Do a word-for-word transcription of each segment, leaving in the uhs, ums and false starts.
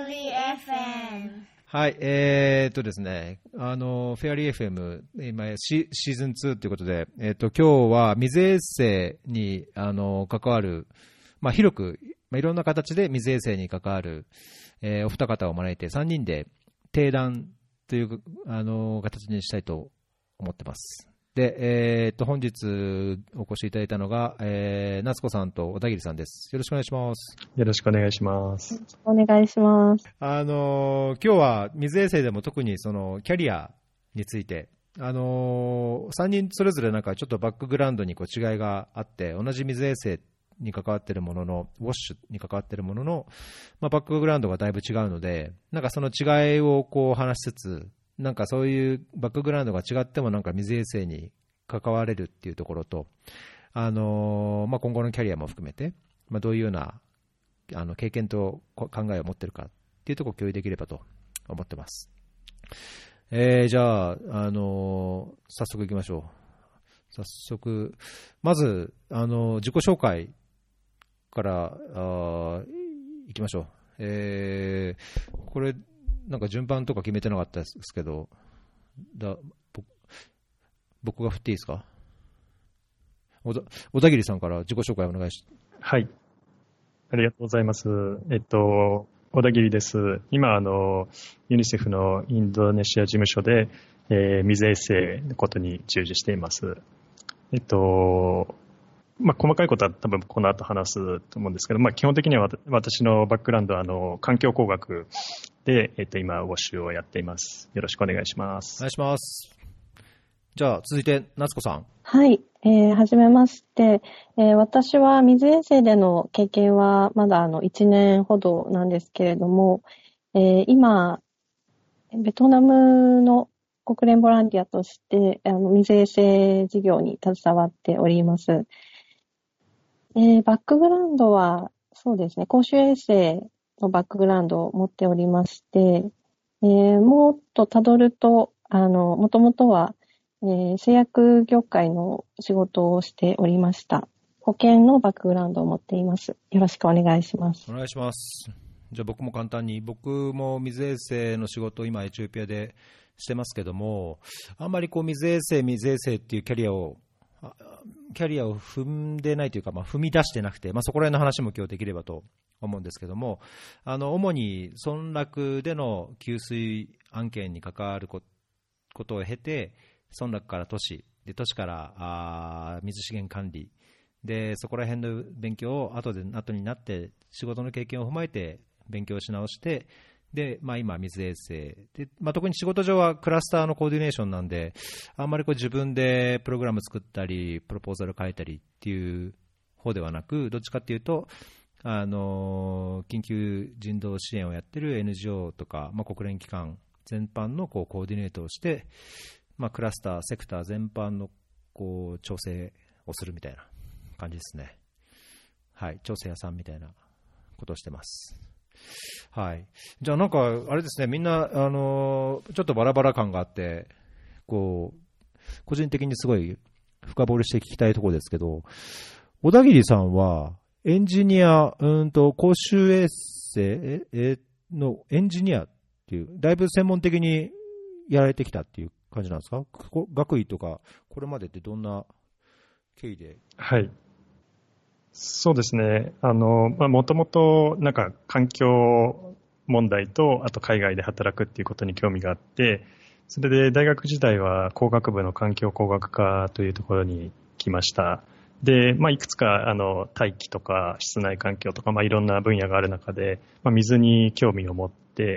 リー エフエム。 はい、えー、っとですね、あの、フェアリー エフエム、今シ、シーズンツーということで、えー、っと、今日は水衛星に、あの、関わる、まあ、広く、まあ、いろんな形で水衛星に関わる、えー、お二方を招いてさんにんで定談という、あの、形にしたいと思ってます。で、えー、っと、本日お越しいただいたのが、えー、夏子さんと小田切さんです。よろしくお願いします。 よろしくお願いします。よろしくお願いします。 あのー、今日は水衛星でも特にそのキャリアについて、あのー、さんにんそれぞれなんかちょっとバックグラウンドにこう違いがあって、同じ水衛星に関わっているものの、ウォッシュに関わっているものの、まあ、バックグラウンドがだいぶ違うので、なんかその違いをこう話しつつ、なんかそういうバックグラウンドが違ってもなんか水衛星に関われるっていうところと、あのーまあ、今後のキャリアも含めて、まあ、どういうようなあの経験と考えを持っているかっていうところを共有できればと思ってます。えー、じゃあ、あのー、早速いきましょう。早速、まず、あのー、自己紹介からあいきましょう。えー、これなんか順番とか決めてなかったですけど、だ僕が振っていいですか。小田、小田切さんから自己紹介お願いします。 はい。ありがとうございます。えっと、小田切です。今、あの、ユニセフのインドネシア事務所で、えー、水衛星のことに従事しています。えっと、まあ、細かいことは多分この後話すと思うんですけど、まあ、基本的には私のバックグラウンドは、あの、環境工学で、えっと、今、ウォッシュをやっています。よろしくお願いします。 お願いします。じゃあ、続いて、夏子さん。 はい。えー、はじめまして、えー。私は水衛星での経験はまだあのいちねんほどなんですけれども、えー、今、ベトナムの国連ボランティアとして、あの水衛星事業に携わっております。えー、バックグラウンドは、そうですね、公衆衛星のバックグラウンドを持っておりまして、えー、もっとたどると、あの、もともとは、えー、製薬業界の仕事をしておりました。保険のバックグラウンドを持っています。よろしくお願いします。 お願いします。じゃあ僕も簡単に、僕も水衛星の仕事を今エチオピアでしてますけども、あんまりこう水衛星水衛星っていうキャリアをキャリアを踏んでないというか、まあ、踏み出してなくて、まあ、そこら辺の話も今日できればと思うんですけども、あの主に村落での給水案件に関わることを経て、村落から都市で、都市からあ水資源管理で、そこら辺の勉強を後で後になって仕事の経験を踏まえて勉強し直して、で、まあ、今水衛星で、まあ、特に仕事上はクラスターのコーディネーションなんで、あんまりこう自分でプログラム作ったりプロポーザル書いたりっていう方ではなく、どっちかっていうと、あの緊急人道支援をやってる エヌジーオー とか、まあ、国連機関全般のこうコーディネートをして、まあ、クラスター、セクター全般のこう調整をするみたいな感じですね。はい、調整屋さんみたいなことをしてます。はい、じゃあなんかあれですね、みんなあのちょっとバラバラ感があって、こう個人的にすごい深掘りして聞きたいところですけど、小田切さんはエンジニア、うんと公衆衛星のエンジニアっていう、だいぶ専門的にやられてきたっていう感じなんですか？学位とかこれまでってどんな経緯で？ はい、そうですね。あの、まあ、もともとなんか環境問題と、あと海外で働くっていうことに興味があって、それで大学時代は工学部の環境工学科というところに来ました。で、まあ、いくつかあの大気とか室内環境とか、まあ、いろんな分野がある中で、まあ、水に興味を持って、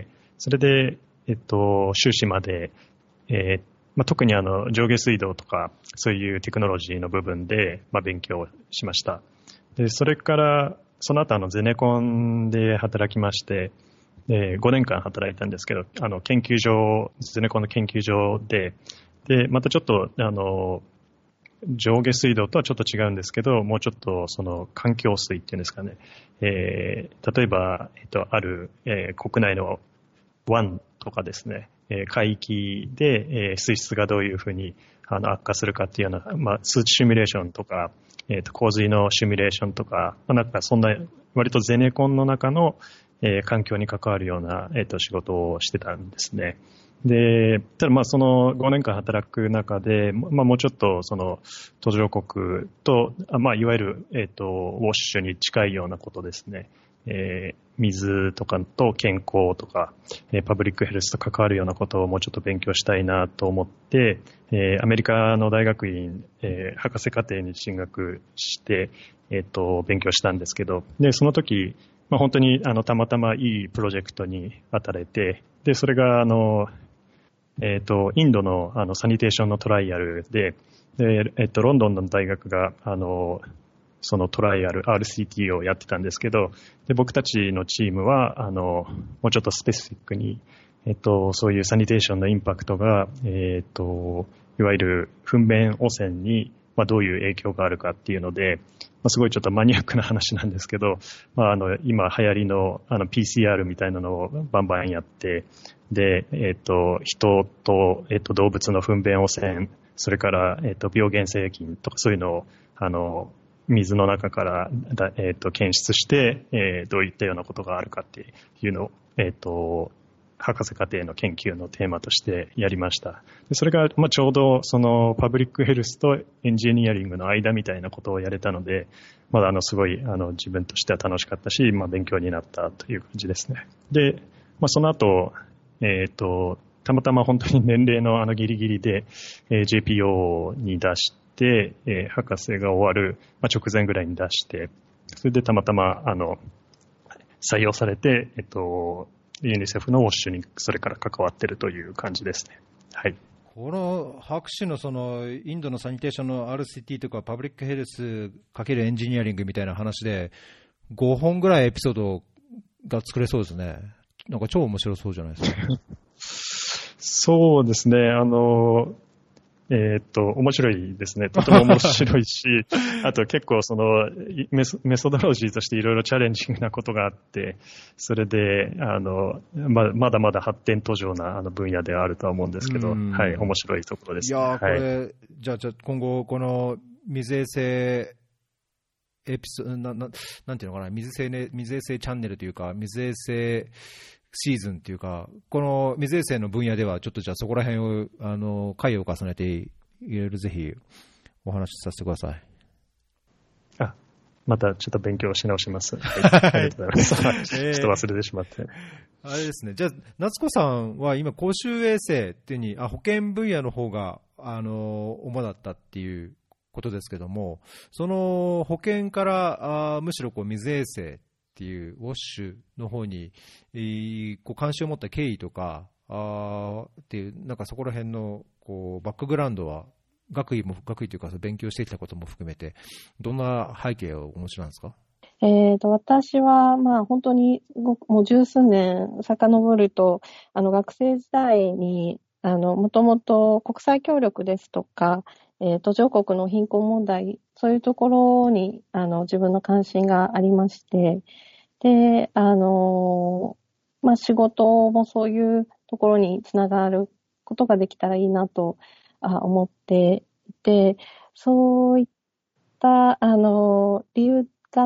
それで、えっと、修士まで、えーまあ、特にあの上下水道とかそういうテクノロジーの部分で、まあ、勉強しました。でそれからその後あのゼネコンで働きまして、えー、ごねんかん働いたんですけど、あの研究所、ゼネコンの研究所で、でまたちょっとあの上下水道とはちょっと違うんですけど、もうちょっとその環境水っていうんですかね、えー、例えば、えっと、ある、えー、国内の湾とかですね、えー、海域で、えー、水質がどういうふうにあの悪化するかっていうような、まあ、数値シミュレーションとか、えー、と洪水のシミュレーションとか、まあ、なんかそんな割とゼネコンの中の、 えー、環境に関わるような、えっと、仕事をしてたんですね。で、ただまあそのごねんかん働く中で、まあもうちょっとその途上国と、まあいわゆる、えっと、ウォッシュに近いようなことですね。えー、水とかと健康とか、えー、パブリックヘルスと関わるようなことをもうちょっと勉強したいなと思って、えー、アメリカの大学院、えー、博士課程に進学して、えっと、勉強したんですけど、で、その時、まあ本当にあのたまたまいいプロジェクトに当たれて、で、それがあの、えっと、インドのあのサニテーションのトライアルで、で、えっと、ロンドンの大学が、あの、そのトライアル アールシーティー をやってたんですけど、で、僕たちのチームは、あの、もうちょっとスペシフィックに、えっと、そういうサニテーションのインパクトが、えっと、いわゆる糞便汚染に、まあ、どういう影響があるかっていうので、まあ、すごいちょっとマニアックな話なんですけど、まあ、あの、今流行りの、あの、ピーシーアール みたいなのをバンバンやって、で、えっと、人と、えっと、動物の糞便汚染、それから、えっと、病原性菌とかそういうのを、あの、水の中から、えっと、検出して、えー、どういったようなことがあるかっていうのを、えっと、博士課程の研究のテーマとしてやりました。でそれが、まあ、ちょうどそのパブリックヘルスとエンジニアリングの間みたいなことをやれたので、まだあのすごいあの自分としては楽しかったし、まあ、勉強になったという感じですね。で、まあ、その後、えっと、たまたま本当に年齢のあのギリギリで、えー、ジェーピーオー に出して、えー、博士が終わる、まあ、直前ぐらいに出して、それでたまたまあの採用されて、えっと、ユニセフのウォッシュにそれから関わっているという感じですね。はい。 この博士のそのインドのサニテーションの アールシーティー とかパブリックヘルスかけるエンジニアリングみたいな話でごほんぐらいエピソードが作れそうですね。なんか超面白そうじゃないですか。 そうですね。あの、えー、っと、面白いですね。とても面白いし、あと結構そのメソ、メソドロジーとしていろいろチャレンジングなことがあって、それで、あの、ま、まだまだ発展途上なあの分野ではあるとは思うんですけど、はい、面白いところです、ね。 いやー、これ、 はい、 じゃあ、じゃあ今後、この水衛星、エピソード、な、な、なんていうのかな、水衛星、水衛星チャンネルというか、水衛星シーズンというか、この水衛星の分野では、ちょっとじゃあそこら辺を、あの、回を重ねて、いろいろぜひお話しさせてください。 あ、またちょっと勉強し直します。はい、ありがとうございます。えー、ちょっと忘れてしまって。 あれですね。じゃあ、夏子さんは今、公衆衛生っていうに、あ、保健分野の方が、あの、主だったっていうことですけども、その保健からあむしろこう水衛生っていうウォッシュの方に、えー、こう関心を持った経緯とかあっていう、なんかそこら辺のこうバックグラウンドは学位も学位というか勉強してきたことも含めてどんな背景をお持ちなんですか？ えーと、私は、まあ、本当にご、もう十数年遡ると、あの、学生時代に、あの、もともと国際協力ですとか、えー、途上国の貧困問題、そういうところに、あの、自分の関心がありまして、で、あの、まあ、仕事もそういうところにつながることができたらいいなとあ思っていて、そういった、あの、理由があって、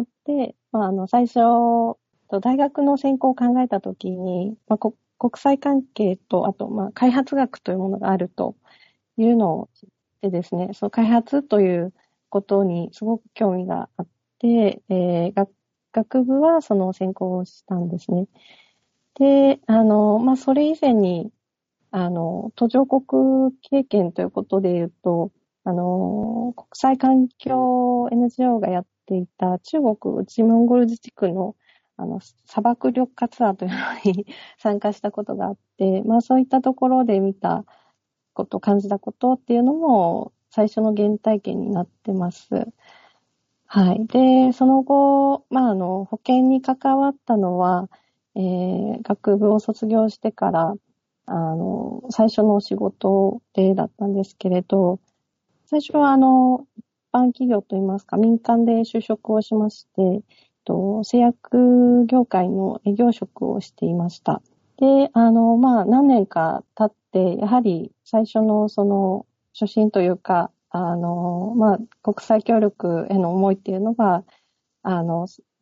まあ、あの、最初、大学の専攻を考えたときに、まあ、国際関係と、あと、まあ、開発学というものがあるというのを知ってですね、その開発ということにすごく興味があって、えー、学学部はその専攻をしたんですね。で、あの、まあ、それ以前に、あの、途上国経験ということで言うと、あの、国際環境 エヌジーオー がやっていた中国内モンゴル自治区のあの砂漠緑化ツアーというのに参加したことがあって、まあそういったところで見たこと、感じたことっていうのも最初の原体験になってます。はい。で、その後、まああの、保険に関わったのは、えー、学部を卒業してから、あの、最初のお仕事でだったんですけれど、最初はあの、一般企業といいますか、民間で就職をしまして、と製薬業界の営業職をしていました。で、あの、まあ、何年か経って、やはり最初のその、初心というか、あの、まあ、国際協力への思いっていうのが、あの、ず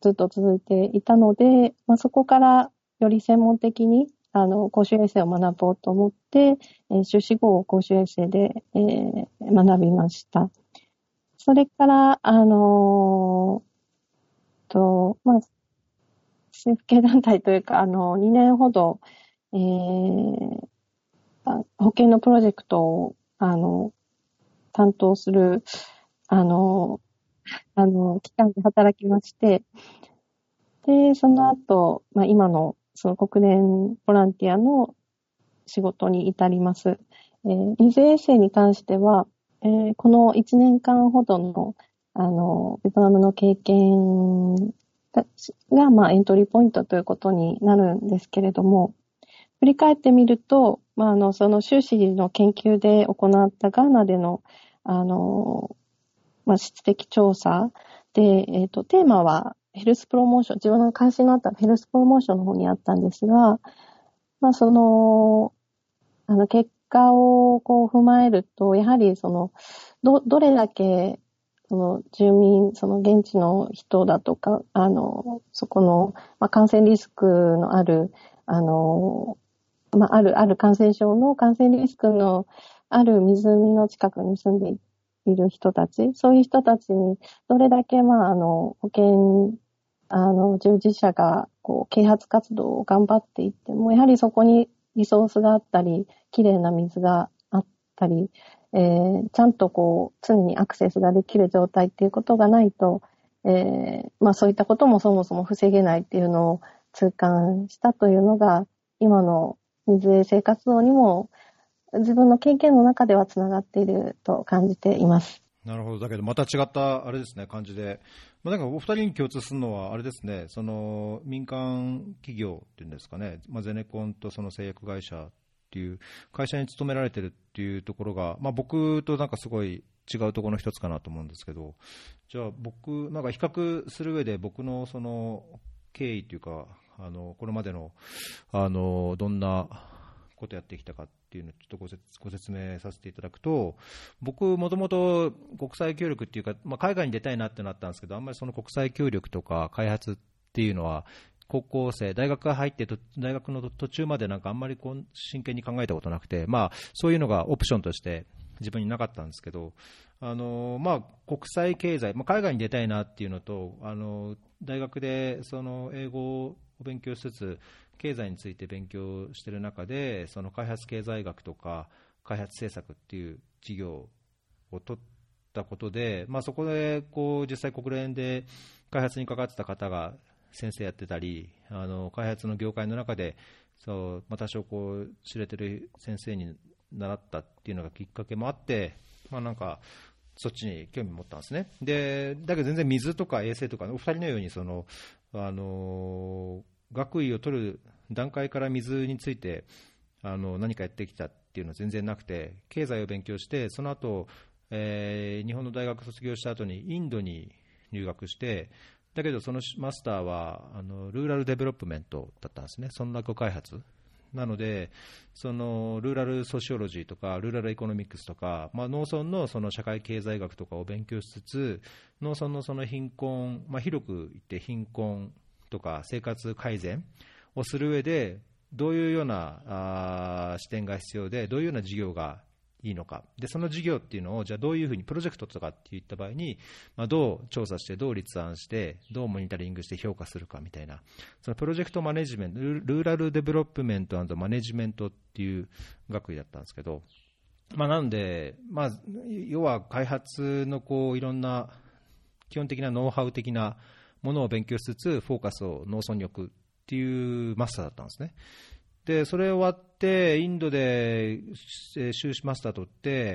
ずっと続いていたので、まあ、そこからより専門的にあの公衆衛生を学ぼうと思って、えー、修士号を公衆衛生で、えー、学びました。それから、あのー、と、まあ、政府系団体というか、あの、にねんほど、えー、保険のプロジェクトを、あの、担当する、あの、あの、機関で働きまして、で、その後、まあ、今の、その国連ボランティアの仕事に至ります。えー、水衛生に関しては、えー、このいちねんかんほどの、あの、ベトナムの経験が、まあ、エントリーポイントということになるんですけれども、振り返ってみると、まあ、あの、その修士の研究で行ったガーナでの、あの、まあ、質的調査で、えっと、テーマはヘルスプロモーション、自分の関心のあったヘルスプロモーションの方にあったんですが、まあ、その、あの、結果をこう踏まえると、やはりその、ど、どれだけ、その住民、その現地の人だとか、あの、そこの、まあ、感染リスクのある、あの、まあ、ある、ある感染症の感染リスクのある湖の近くに住んでいる人たち、そういう人たちにどれだけ、まあ、あの、保健、あの、従事者が、こう、啓発活動を頑張っていっても、やはりそこにリソースがあったり、きれいな水があったり、えー、ちゃんとこう、常にアクセスができる状態っていうことがないと、えー、まあそういったこともそもそも防げないっていうのを痛感したというのが、今の水衛生活動にも自分の経験の中ではつながっていると感じています。 なるほど。だけどまた違ったあれですね、感じで、まあ、なんかお二人に共通するのはあれですね、その民間企業っていうんですかね、まあ、ゼネコンとその製薬会社っていう会社に勤められてるっていうところが、まあ、僕となんかすごい違うところの一つかなと思うんですけど、じゃあ僕なんか比較する上で僕のその経緯というか、あのこれまでのあのどんなことやってきたかっていうのをちょっと ご, 説ご説明させていただくと、僕もともと国際協力っていうか、まあ、海外に出たいなってなったんですけど、あんまりその国際協力とか開発っていうのは高校生、大学入って大学の途中までなんかあんまりこう真剣に考えたことなくて、まあ、そういうのがオプションとして自分になかったんですけど、あの、まあ、国際経済、まあ、海外に出たいなっていうのと、あの大学でその英語を勉強しつつ経済について勉強している中で、その開発経済学とか開発政策っていう授業を取ったことで、まあ、そこでこう実際国連で開発に関わってた方が先生やってたり、あの開発の業界の中でそう、まあ、多少こう知れてる先生に習ったっていうのがきっかけもあって、まあ、なんかそっちに興味持ったんですね。でだけど全然水とか衛生とかお二人のようにそのあの学位を取る段階から水についてあの何かやってきたっていうのは全然なくて、経済を勉強して、その後、えー、日本の大学卒業した後にインドに入学して、だけどそのマスターはあのルーラルデベロップメントだったんですね、村落開発なので、そのルーラルソシオロジーとかルーラルエコノミクスとか、まあ、農村のその社会経済学とかを勉強しつつ、農村のその貧困、まあ、広く言って貧困とか生活改善をする上でどういうようなあ視点が必要で、どういうような事業がいいのか、でその事業っていうのをじゃあどういうふうにプロジェクトとかっていった場合に、まあ、どう調査してどう立案してどうモニタリングして評価するかみたいな、そのプロジェクトマネジメント、ルーラルデベロップメント&マネジメントっていう学位だったんですけど、まあ、なので、まあ、要は開発のこういろんな基本的なノウハウ的なものを勉強しつつフォーカスを農村に置くっていうマスターだったんですね。でそれ終わってインドで修士マスター取って、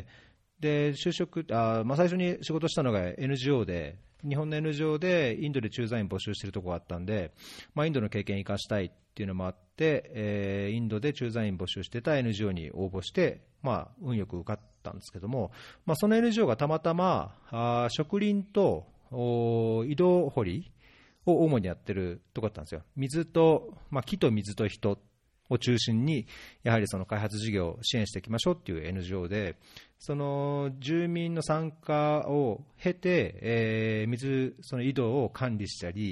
で就職あ、まあ、最初に仕事したのが エヌジーオー で、日本の エヌジーオー でインドで駐在員募集しているところがあったんで、まあ、インドの経験を生かしたいっていうのもあって、えー、インドで駐在員募集してた エヌジーオー に応募して、まあ、運よく受かったんですけども、まあ、その エヌジーオー がたまたまあ植林と井戸掘りを主にやってるところだったんですよ。水と、まあ、木と水と人を中心にやはりその開発事業を支援していきましょうっていう エヌジーオー で、その住民の参加を経て、えー、水その井戸を管理したり、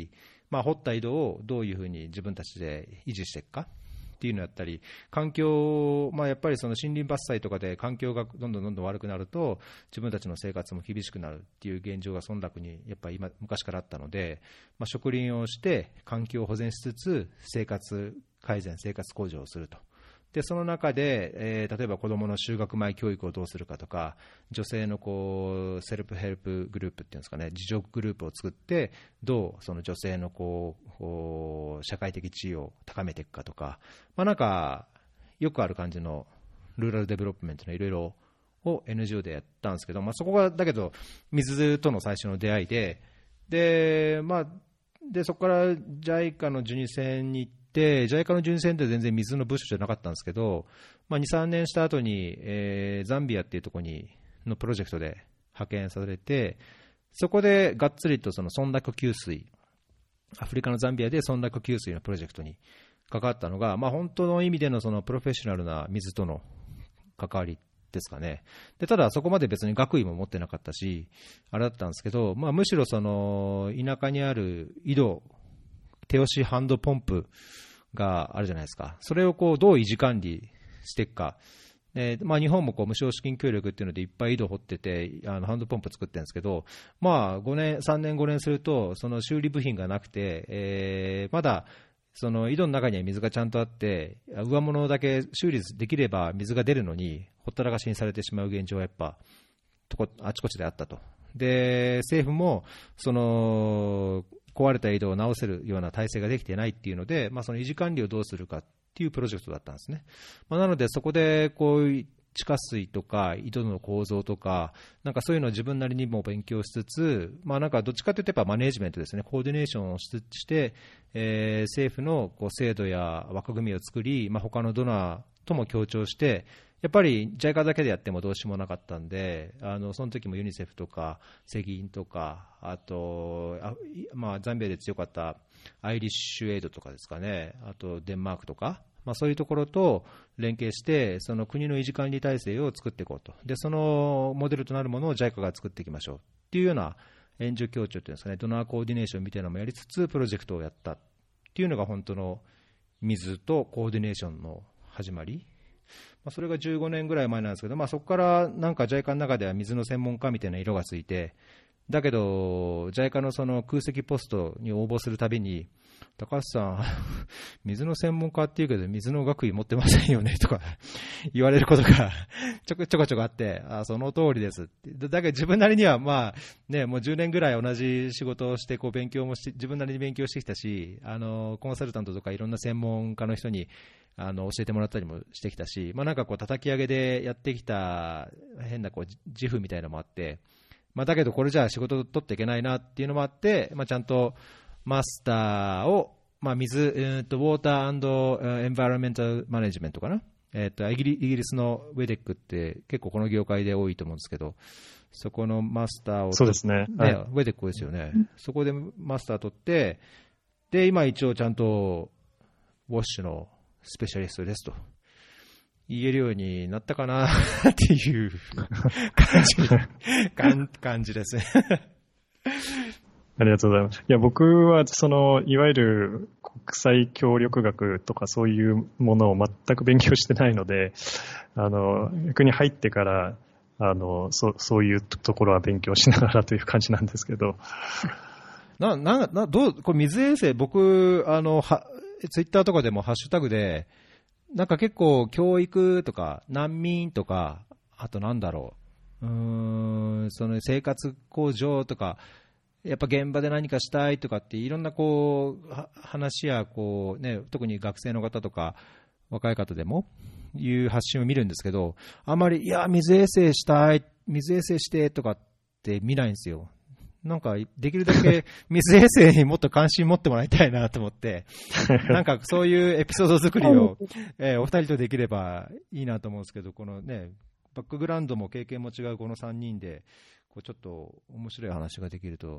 まあ、掘った井戸をどういうふうに自分たちで維持していくかっていうのをやったり、環境、まあ、やっぱりその森林伐採とかで環境がどんどんどんどん悪くなると、自分たちの生活も厳しくなるっていう現状が村落にやっぱり今昔からあったので、まあ、植林をして環境を保全しつつ生活改善、生活向上をすると。でその中で、えー、例えば子どもの就学前教育をどうするかとか、女性のこうセルフヘルプグループっていうんですかね、自助グループを作って、どうその女性のこうこう社会的地位を高めていくかとか、まあ、なんかよくある感じのルーラルデベロップメントのいろいろを エヌジーオー でやったんですけど、まあ、そこがだけど水との最初の出会いで、で、まあ、でそこから ジャイカ の巡視船に行って、で ジャイカ の巡視船って全然水の部署じゃなかったんですけど、まあ、にさんねんした後に、えー、ザンビアっていうところにのプロジェクトで派遣されて、そこでがっつりとその村落給水、アフリカのザンビアで村落給水のプロジェクトに関わったのが、まあ、本当の意味でのそのプロフェッショナルな水との関わりですかね。でただそこまで別に学位も持ってなかったしあれだったんですけど、まあ、むしろその田舎にある井戸、手押しハンドポンプがあるじゃないですか。それをこうどう維持管理していくか。でまあ、日本もこう無償資金協力っていうのでいっぱい井戸掘ってて、あのハンドポンプ作ってるんですけど、まあ、ごねんさんねんごねんするとその修理部品がなくて、えー、まだその井戸の中には水がちゃんとあって、上物だけ修理できれば水が出るのにほったらかしにされてしまう現状はやっぱとこあちこちであったと。で政府もその壊れた井戸を直せるような体制ができていないっていうので、まあ、その維持管理をどうするかっていうプロジェクトだったんですね。まあ、なのでそこでこういう地下水とか井戸の構造とか、なんかそういうのを自分なりにも勉強しつつ、まあ、なんかどっちかというとやっぱマネージメントですね、コーディネーションをしして、えー、政府のこう制度や枠組みを作り、まあ、他のドナーとも協調して、やっぱり ジャイカ だけでやってもどうしようもなかったんで、あのその時もユニセフとかセギンとか、あとあ、まあ、ザンビアで強かったアイリッシュエイドとかですかね、あとデンマークとか、まあ、そういうところと連携して、その国の維持管理体制を作っていこうと。でそのモデルとなるものを ジャイカ が作っていきましょうっていうような援助協調というんですかね、ドナーコーディネーションみたいなのもやりつつプロジェクトをやったっていうのが本当の水とコーディネーションの始まり。まあ、それがじゅうごねんぐらい前なんですけど、まあ、そこからなんか ジャイカ の中では水の専門家みたいな色がついて、だけど ジャイカ のその空席ポストに応募するたびに、高橋さん水の専門家っていうけど水の学位持ってませんよねとか言われることがちょこちょこちょこあって、あその通りですって。だけど自分なりにはまあね、もうじゅうねんぐらい同じ仕事をしてこう勉強もして、自分なりに勉強してきたし、あのコンサルタントとかいろんな専門家の人にあの教えてもらったりもしてきたし、まあ、なんかこう叩き上げでやってきた変なこう自負みたいなのもあって、まあ、だけどこれじゃあ仕事取っていけないなっていうのもあって、まあ、ちゃんとマスターを、まあ、水、えー、とウォーター&エンバイロメンタルマネジメントかな、えー、とイギリイギリスのウェデックって結構この業界で多いと思うんですけど、そこのマスターをそうですね、 ね、はい、ウェデックですよね、うん、そこでマスター取って、で今一応ちゃんとウォッシュのスペシャリストですと言えるようになったかなっていう感じ感じですねありがとうございます。いや、僕はそのいわゆる国際協力学とかそういうものを全く勉強してないので、あの逆に入ってからあの そ, そういうところは勉強しながらという感じなんですけど、 なななどうこれ水衛星、僕あのはツイッターとかでもハッシュタグでなんか結構教育とか難民とか、あとなんだろう、うーんその生活向上とか、やっぱ現場で何かしたいとかっていろんなこう話やこう、ね、特に学生の方とか若い方でもいう発信を見るんですけど、あんまりいや水衛星したい、水衛星してとかって見ないんですよ。なんかできるだけ水衛星にもっと関心持ってもらいたいなと思ってなんかそういうエピソード作りを、えー、お二人とできればいいなと思うんですけど、このねバックグラウンドも経験も違うこのさんにんでこうちょっと面白い話ができると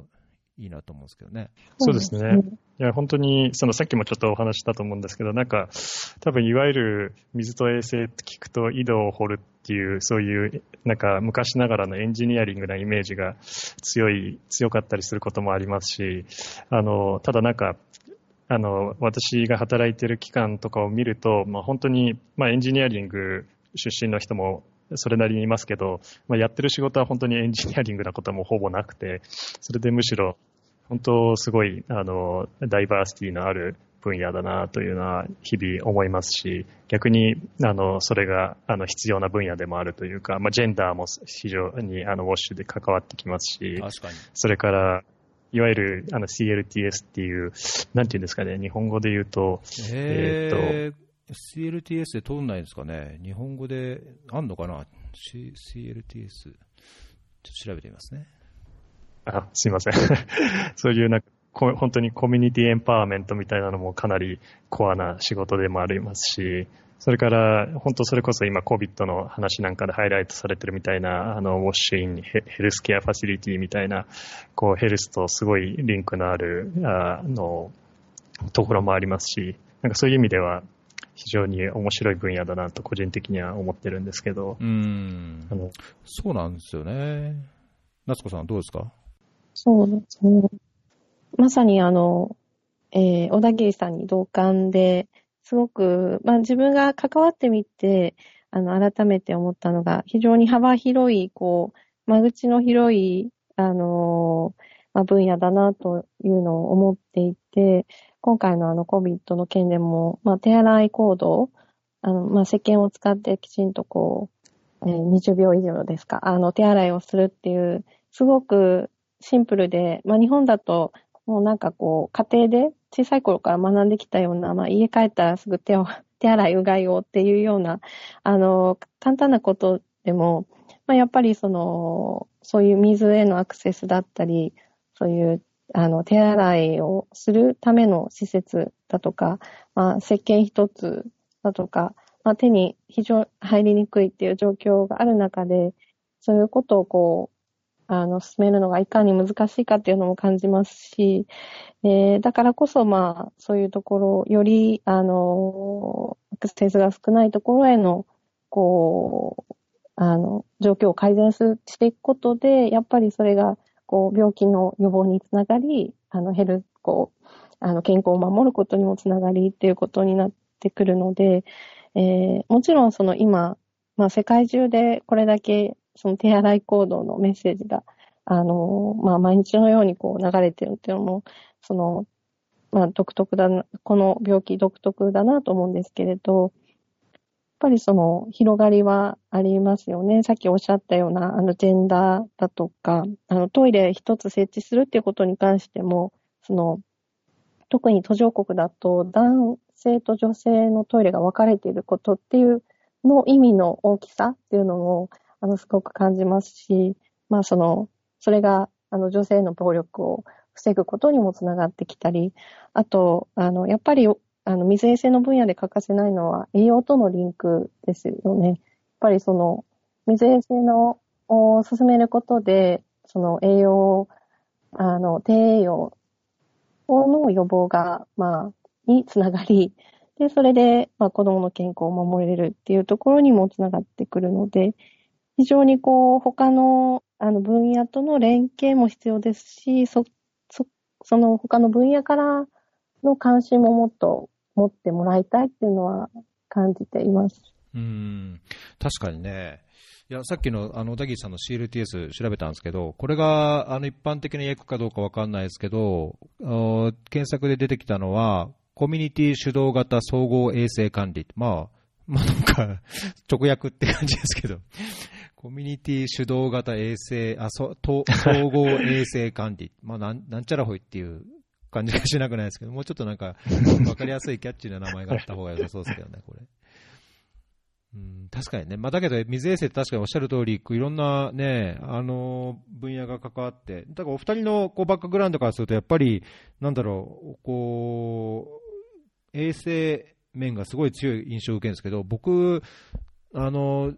いいなと思うんですけどね。 そうですね。いや、本当に、そのさっきもちょっとお話したと思うんですけど、なんか、多分いわゆる水と衛星って聞くと井戸を掘るっていう、そういう、なんか昔ながらのエンジニアリングなイメージが強い、強かったりすることもありますし、あの、ただなんか、あの、私が働いてる期間とかを見ると、まあ本当に、まあエンジニアリング出身の人もそれなりにいますけど、まあやってる仕事は本当にエンジニアリングなこともほぼなくて、それでむしろ、本当すごい、あの、ダイバーシティのある分野だなというのは日々思いますし、逆に、あの、それが、あの、必要な分野でもあるというか、まあ、ジェンダーも非常に、あの、ウォッシュで関わってきますし、 確かに。 それから、いわゆる、あの、シーエルティーエス っていう、なんていうんですかね、日本語で言うと、 えー、っと、シーエルティーエス で通んないんですかね。日本語で、あんのかな C、シーエルティーエス。ちょっと調べてみますね。 あ、すいません。そういうなんかこ本当にコミュニティエンパワーメントみたいなのもかなりコアな仕事でもありますし、それから本当それこそ今 COVID の話なんかでハイライトされてるみたいなあのウォッシュインヘルスケアファシリティみたいなこうヘルスとすごいリンクのあるあのところもありますし、なんかそういう意味では非常に面白い分野だなと個人的には思ってるんですけど。 うーん。あのそうなんですよね。夏子さんどうですか？ そうですね。まさにあの、えー、小田切さんに同感で、すごく、まあ自分が関わってみて、あの、改めて思ったのが、非常に幅広い、こう、間口の広い、あのー、まあ、分野だなというのを思っていて、今回のあの COVID の件でも、まあ手洗い行動、あの、まあ石鹸を使ってきちんとこう、えー、にじゅうびょう以上ですか、あの、手洗いをするっていう、すごくシンプルで、まあ日本だと、もうなんかこう、家庭で小さい頃から学んできたような、まあ家帰ったらすぐ手を、手洗い、うがいをっていうような、あの、簡単なことでも、まあやっぱりその、そういう水へのアクセスだったり、そういう、あの、手洗いをするための施設だとか、まあ石鹸一つだとか、まあ手に非常に入りにくいっていう状況がある中で、そういうことをこう、あの、進めるのがいかに難しいかっていうのも感じますし、えー、だからこそ、まあ、そういうところ、より、あの、アクセスが少ないところへの、こう、あの、状況を改善すしていくことで、やっぱりそれが、こう、病気の予防につながり、あの、ヘル、こう、あの、健康を守ることにもつながりっていうことになってくるので、えー、もちろんその今、まあ、世界中でこれだけその手洗い行動のメッセージが、あの、まあ、毎日のようにこう流れてるっていうのも、その、まあ、独特だな、この病気独特だなと思うんですけれど、やっぱりその広がりはありますよね。さっきおっしゃったような、あの、ジェンダーだとか、あの、トイレ一つ設置するっていうことに関しても、その、特に途上国だと男性と女性のトイレが分かれていることっていうの意味の大きさっていうのも、あの、すごく感じますし、まあ、その、それが、あの、女性の暴力を防ぐことにもつながってきたり、あと、あの、やっぱり、あの、水衛生の分野で欠かせないのは栄養とのリンクですよね。やっぱりその、水衛生の、を進めることで、その栄養、あの、低栄養の予防が、まあ、につながり、で、それで、まあ、子供の健康を守れるっていうところにもつながってくるので、非常にこう、他の、あの、分野との連携も必要ですし、そ、そ、その他の分野からの関心ももっと持ってもらいたいっていうのは感じています。 うーん、確かにね。いや、さっきの、あの、小田切さんの シーエルティーエス 調べたんですけど、これが、あの、一般的な訳かどうかわかんないですけど、検索で出てきたのは、コミュニティ主導型総合衛生管理。まあ、まあなんか、直訳って感じですけど、コミュニティ主導型衛生、あ、そ、と総合衛生管理。まあなん、なんちゃらほいっていう感じがしなくないですけど、もうちょっとなんか、わかりやすいキャッチーな名前があった方が良さそうですけどね、これ。うん、確かにね。まあ、だけど、水衛生って確かにおっしゃる通り、いろんなね、あの、分野が関わって、だからお二人のこうバックグラウンドからすると、やっぱり、なんだろう、こう、衛生面がすごい強い印象を受けるんですけど、僕、あの、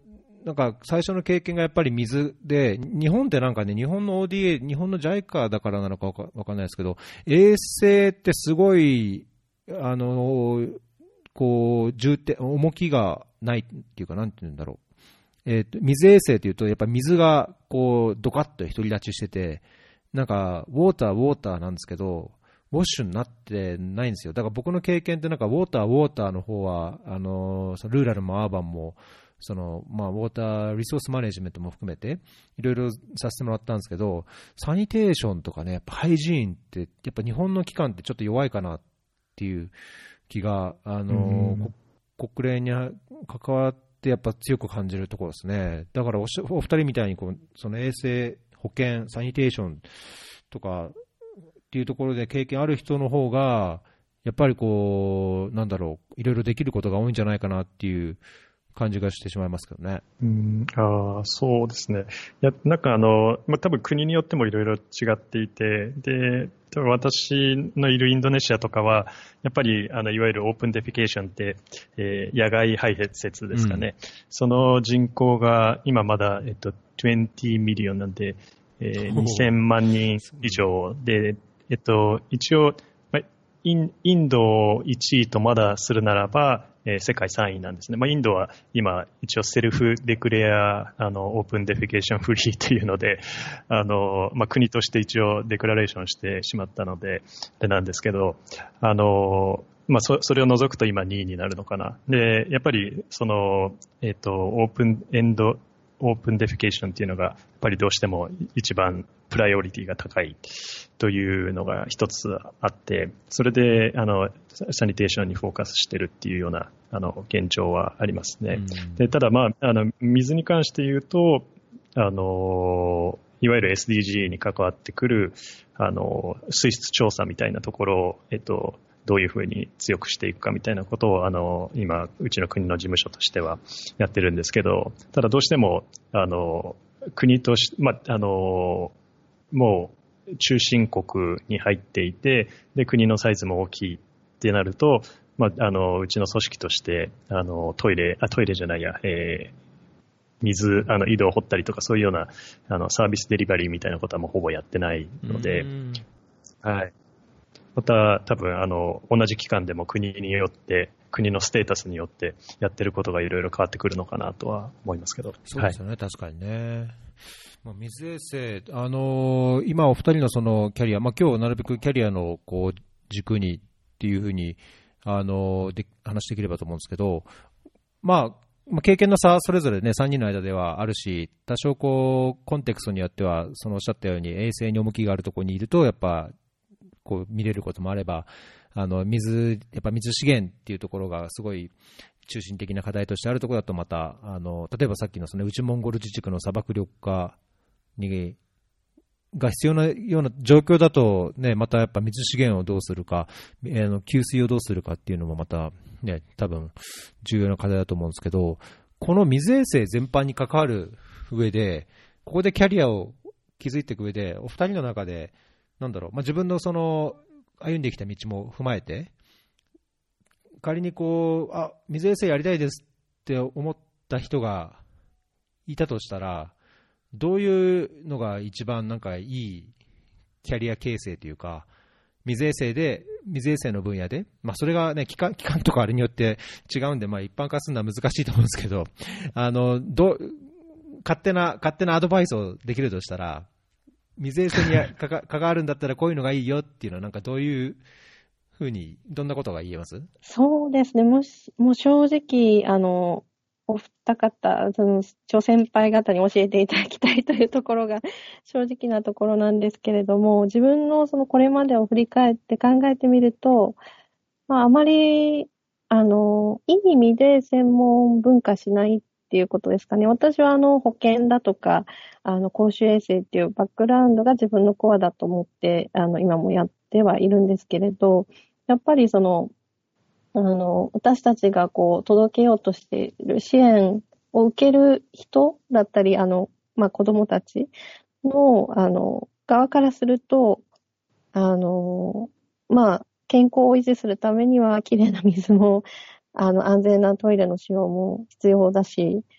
なんか最初の経験がやっぱり水で、日本ってなんかね、日本の オーディーエー、日本の ジャイカ だからなのかわかわかんないですけど、衛星ってすごい、あの、こう、重点、重きがないっていうか、なんていうんだろう。えっと、水衛星っていうと、やっぱ水が、こう、ドカッと独り立ちしてて、なんか、ウォーター、ウォーターなんですけど、ウォッシュになってないんですよ。だから僕の経験ってなんかウォーターウォーターの方はあのそのルーラルもアーバンもそのまあウォーターリソースマネジメントも含めていろいろさせてもらったんですけど、サニテーションとかね、やっぱハイジーンってやっぱ日本の機関ってちょっと弱いかなっていう気があの、うん、国連に関わってやっぱ強く感じるところですね。だからおしお二人みたいにこうその衛生保健サニテーションとかっていうところで経験ある人の方がやっぱりこうなんだろういろいろできることが多いんじゃないかなっていう感じがしてしまいますけどね。 うん、ああ、そうですね。いや、なんかあの、まあ、多分国によってもいろいろ違っていて、で、多分私のいるインドネシアとかは、やっぱりあのいわゆるオープンデフィケーションって、えー、野外排泄ですかね。うん、その人口が今まだ、えっと、にじゅうミリオンなんで、えー、にせんまんにん以上で、えっと、一応、イン、インドをいちいとまだするならば、えー、世界さんいなんですね。まあ、インドは今、一応セルフデクレア、あの、オープンデフィケーションフリーというので、あの、まあ、国として一応デクラレーションしてしまったので、でなんですけど、あの、まあ、そ、それを除くと今にいになるのかな。で、やっぱり、その、えっと、オープンエンド、オープンデフィケーションっていうのが、やっぱりどうしても一番プライオリティが高いというのが一つあって、それで、あの、サニテーションにフォーカスしてるっていうような、あの、現状はありますね。うん、で、ただまあ、あの、水に関して言うと、あの、いわゆる エスディージー に関わってくる、あの、水質調査みたいなところを、えっと、どういうふうに強くしていくかみたいなことを、あの、今、うちの国の事務所としてはやってるんですけど、ただどうしても、あの、国とし、まあ、あの、もう中心国に入っていて、で、国のサイズも大きいってなると、まあ、あの、うちの組織として、あの、トイレ、あ、トイレじゃないや、えー、水、あの、井戸を掘ったりとか、そういうような、あの、サービスデリバリーみたいなことはもうほぼやってないので、はい。また多分あの同じ期間でも国によって国のステータスによってやってることがいろいろ変わってくるのかなとは思いますけど。 そうですよね、はい、確かにね。まあ、水衛星、あのー、今お二人のそのキャリア、まあ、今日なるべくキャリアのこう軸にっていうふうに、あのー、で話できればと思うんですけど、まあ経験の差それぞれねさんにんの間ではあるし、多少こうコンテクストによってはそのおっしゃったように衛星に重きがあるところにいるとやっぱこう見れることもあれば、あの水やっぱ水資源っていうところがすごい中心的な課題としてあるところだと、またあの例えばさっきのその内モンゴル自治区の砂漠緑化にが必要なような状況だと、ね、またやっぱ水資源をどうするか、あの給水をどうするかっていうのもまた、ね、多分重要な課題だと思うんですけど、この水衛星全般に関わる上で、ここでキャリアを築いていく上で、お二人の中でなんだろう、まあ、自分のその歩んできた道も踏まえて、仮にこう、あ、水衛星やりたいですって思った人がいたとしたら、どういうのが一番なんかいいキャリア形成というか、水衛星で、水衛星の分野で、まあ、それがね、期間、期間とかあれによって違うんで、まあ、一般化するのは難しいと思うんですけど、あの、ど、勝手な、勝手なアドバイスをできるとしたら、水衛星に関わるんだったらこういうのがいいよっていうのは、なんかどういうふうに、どんなことが言えます？ そうですね。もし、もう正直、あの、お二方、その、諸先輩方に教えていただきたいというところが正直なところなんですけれども、自分のそのこれまでを振り返って考えてみると、まあ、あまり、あの、いい意味で専門分化しないっていうことですかね。私はあの保健だとか、あの公衆衛生っていうバックグラウンドが自分のコアだと思って、あの今もやってはいるんですけれど、やっぱりその、あの、私たちがこう届けようとしている支援を受ける人だったり、あの、まあ、子供たちの、あの、側からすると、あの、まあ、健康を維持するためには、きれいな水も、あの、安全なトイレの使用も必要だし、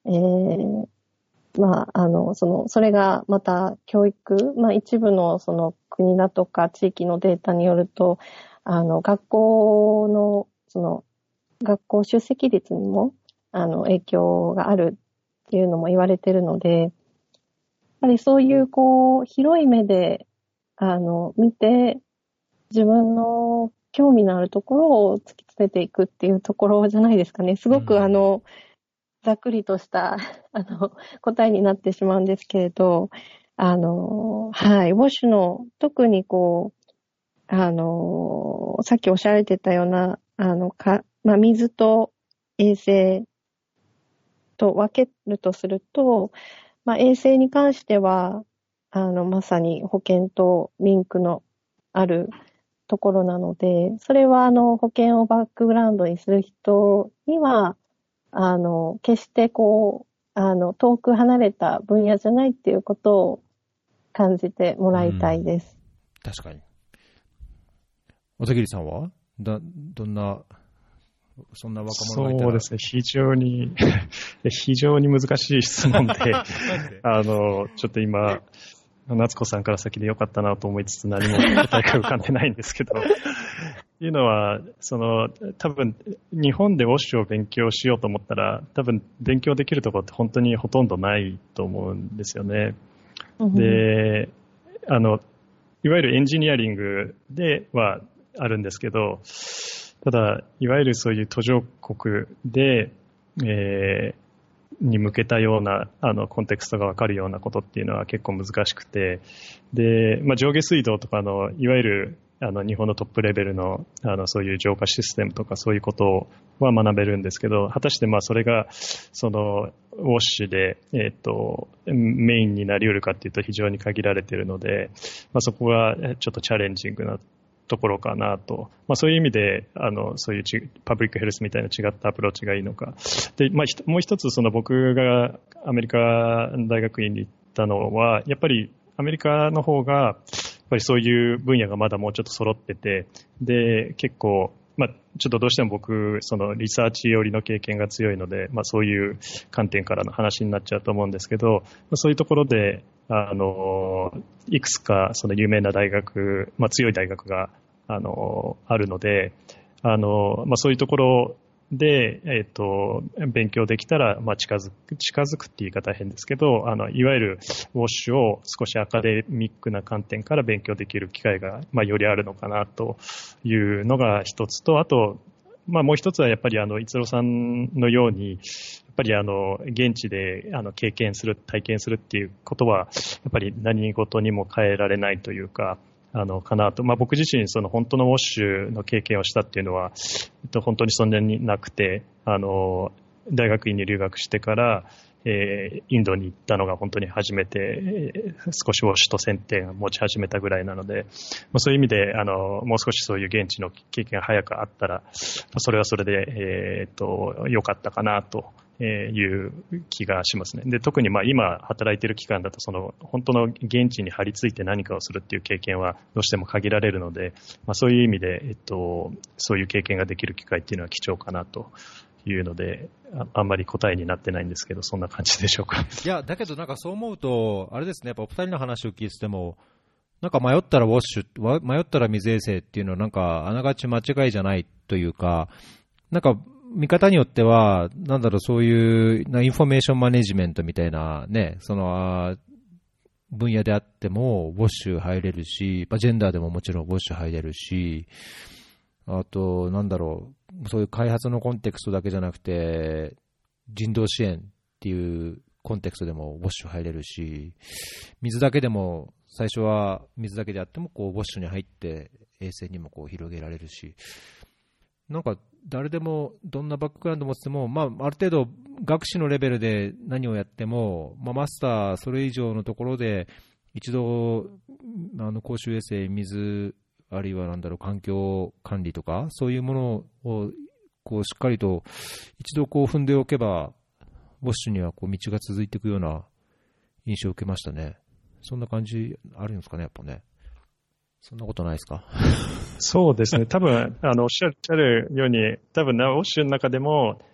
えー、まあ、あの、その、それがまた教育、まあ一部のその国だとか地域のデータによると、あの、学校の、その、学校出席率にも、あの、影響があるっていうのも言われてるので、やっぱりそういう、こう、広い目で、あの、見て、自分の興味のあるところを突き詰めていくっていうところじゃないですかね。すごく、あの、ざっくりとした、あの、答えになってしまうんですけれど、あの、はい、ウォッシュの、特にこう、あの、さっきおっしゃられてたような、あの、か、まあ、水と衛生と分けるとすると、まあ、衛生に関しては、あの、まさに保険とリンクのあるところなので、それは、あの、保険をバックグラウンドにする人には、あの、決してこう、あの、遠く離れた分野じゃないっていうことを感じてもらいたいです。 うん、確かに。小田切さんはだ、どんな、そんな若者がいたら。 そうですね、非常に、非常に難しい質問で、あの、ちょっと今、夏子さんから先でよかったなと思いつつ何も答えが浮かんでないんですけど、っていうのは、その、多分、日本でウォッシュを勉強しようと思ったら、多分、勉強できるところって本当にほとんどないと思うんですよね。うん、で、あの、いわゆるエンジニアリングではあるんですけど、ただ、いわゆるそういう途上国で、えー、に向けたようなあのコンテクストが分かるようなことっていうのは結構難しくて、で、まあ、上下水道とかのいわゆるあの日本のトップレベルのあのそういう浄化システムとかそういうことは学べるんですけど、果たしてまあそれがそのウォッシュで、えー、とメインになり得るかっていうと非常に限られているので、まあ、そこがちょっとチャレンジングなところかなと、まあ、そういう意味であのそういうちパブリックヘルスみたいな違ったアプローチがいいのかで、まあ、もう一つその僕がアメリカ大学院に行ったのはやっぱりアメリカの方がやっぱりそういう分野がまだもうちょっと揃ってて、で結構、まあ、ちょっとどうしても僕そのリサーチ寄りの経験が強いので、まあ、そういう観点からの話になっちゃうと思うんですけど、そういうところであのいくつかその有名な大学、まあ、強い大学があのあるので、あの、まあ、そういうところで、えっと、勉強できたら、まあ、近づく、近づくって言い方は変ですけど、あの、いわゆるウォッシュを少しアカデミックな観点から勉強できる機会が、まあ、よりあるのかなというのが一つと、あと、まあ、もう一つはやっぱりあの、逸郎さんのように、やっぱりあの、現地であの、経験する、体験するっていうことは、やっぱり何事にも変えられないというか、あの、かなと。まあ、僕自身、その本当のウォッシュの経験をしたっていうのは、えっと、本当にそんなになくて、あの、大学院に留学してから、えー、インドに行ったのが本当に初めて、えー、少しウォッシュと接点を持ち始めたぐらいなので、まあ、そういう意味で、あの、もう少しそういう現地の経験が早くあったら、それはそれで、えー、っと、良かったかなと。えー、いう気がしますね。で、特にまあ今働いている期間だとその本当の現地に張り付いて何かをするっていう経験はどうしても限られるので、まあ、そういう意味で、えっと、そういう経験ができる機会っていうのは貴重かなというので、あ, あんまり答えになってないんですけど、そんな感じでしょうか。 いや、だけどなんかそう思うと、あれですね、やっぱお二人の話を聞いてても、なんか迷ったらウォッシュ、迷ったら水衛生っていうのはなんかあながち間違いじゃないというか、なんか見方によっては、なんだろう、そういうインフォメーションマネジメントみたいなね、その分野であってもウォッシュ入れるし、ジェンダーでももちろんウォッシュ入れるし、あとなんだろう、そういう開発のコンテクストだけじゃなくて人道支援っていうコンテクストでもウォッシュ入れるし、水だけでも最初は水だけであってもこうウォッシュに入って衛生にもこう広げられるし、なんか誰でもどんなバックグラウンドを持っても、まあ、ある程度学士のレベルで何をやっても、まあ、マスターそれ以上のところで一度あの公衆衛生、水あるいはなんだろう環境管理とかそういうものをこうしっかりと一度こう踏んでおけばウォッシュにはこう道が続いていくような印象を受けましたね。そんな感じあるんですかね、やっぱね。そんなことないですか。 そうですね。多分、あの、おっしゃるように、多分、ウォッシュの中でも、